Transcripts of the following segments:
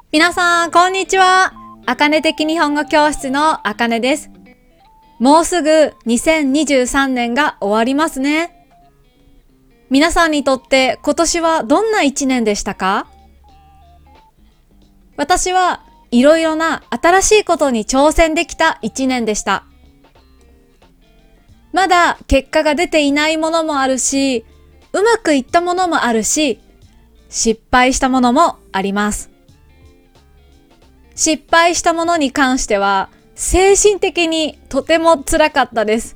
皆さん、こんにちは。あかね的日本語教室のあかねです。もうすぐ2023年が終わりますね。皆さんにとって今年はどんな一年でしたか？私はいろいろな新しいことに挑戦できた一年でした。まだ結果が出ていないものもあるし、うまくいったものもあるし、失敗したものもあります。失敗したものに関しては、精神的にとても辛かったです。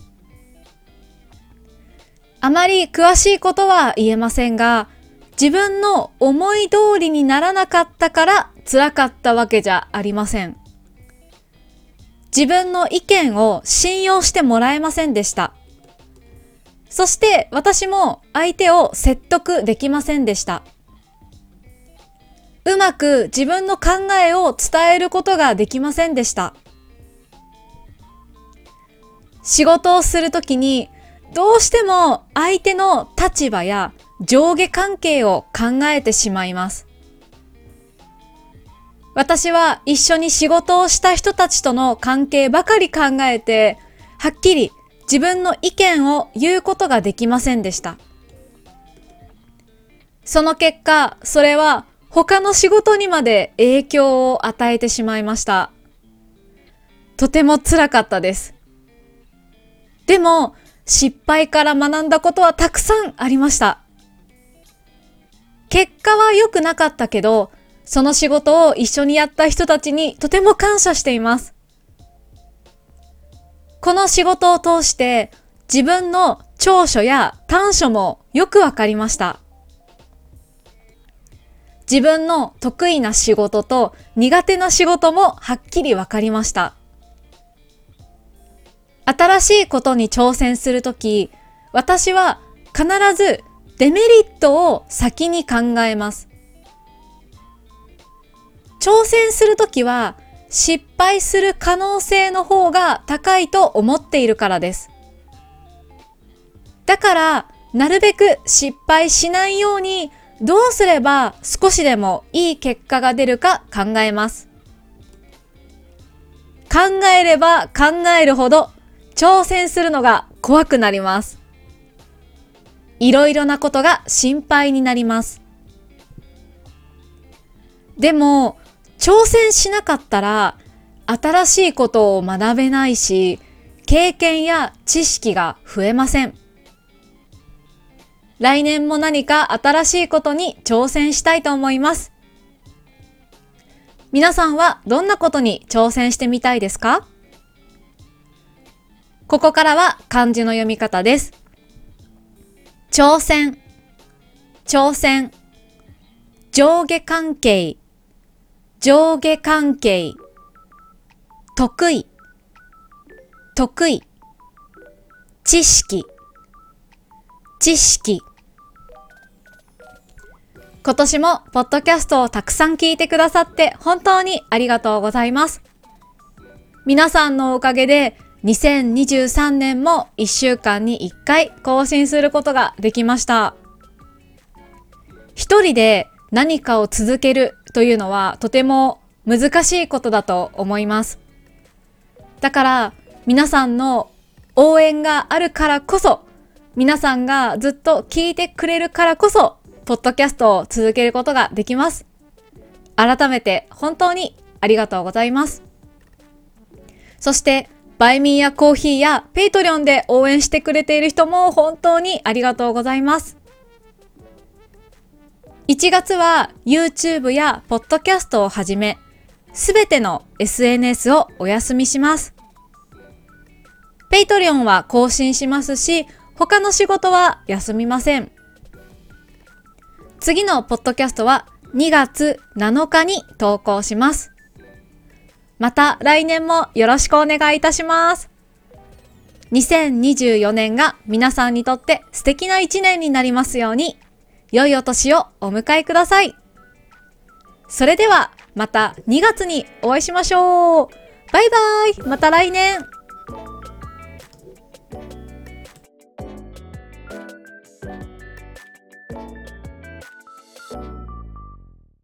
あまり詳しいことは言えませんが、自分の思い通りにならなかったから辛かったわけじゃありません。自分の意見を信用してもらえませんでした。そして私も相手を説得できませんでした。うまく自分の考えを伝えることができませんでした。仕事をするときにどうしても相手の立場や上下関係を考えてしまいます。私は一緒に仕事をした人たちとの関係ばかり考えて、はっきり自分の意見を言うことができませんでした。その結果、それは他の仕事にまで影響を与えてしまいました。とても辛かったです。でも、失敗から学んだことはたくさんありました。結果は良くなかったけど、その仕事を一緒にやった人たちにとても感謝しています。この仕事を通して自分の長所や短所もよくわかりました。自分の得意な仕事と苦手な仕事もはっきりわかりました。新しいことに挑戦するとき、私は必ずデメリットを先に考えます。挑戦するときは失敗する可能性の方が高いと思っているからです。だからなるべく失敗しないようにどうすれば少しでもいい結果が出るか考えます。考えれば考えるほど挑戦するのが怖くなります。いろいろなことが心配になります。でも挑戦しなかったら新しいことを学べないし、経験や知識が増えません。来年も何か新しいことに挑戦したいと思います。皆さんはどんなことに挑戦してみたいですか？ここからは漢字の読み方です。挑戦、挑戦、上下関係、上下関係、得意、得意、知識、知識。今年もポッドキャストをたくさん聞いてくださって本当にありがとうございます。皆さんのおかげで2023年も1週間に1回更新することができました。一人で何かを続けるというのはとても難しいことだと思います。だから皆さんの応援があるからこそ、皆さんがずっと聞いてくれるからこそ、ポッドキャストを続けることができます。改めて本当にありがとうございます。そしてバイミーやコーヒーやペイトリオンで応援してくれている人も本当にありがとうございます。1月は YouTube やポッドキャストをはじめ、すべての SNS をお休みします。ペイトリオンは更新しますし、他の仕事は休みません。次のポッドキャストは2月7日に投稿します。また来年もよろしくお願いいたします。2024年が皆さんにとって素敵な一年になりますように、良いお年をお迎えください。それではまた2月にお会いしましょう。バイバイ。また来年。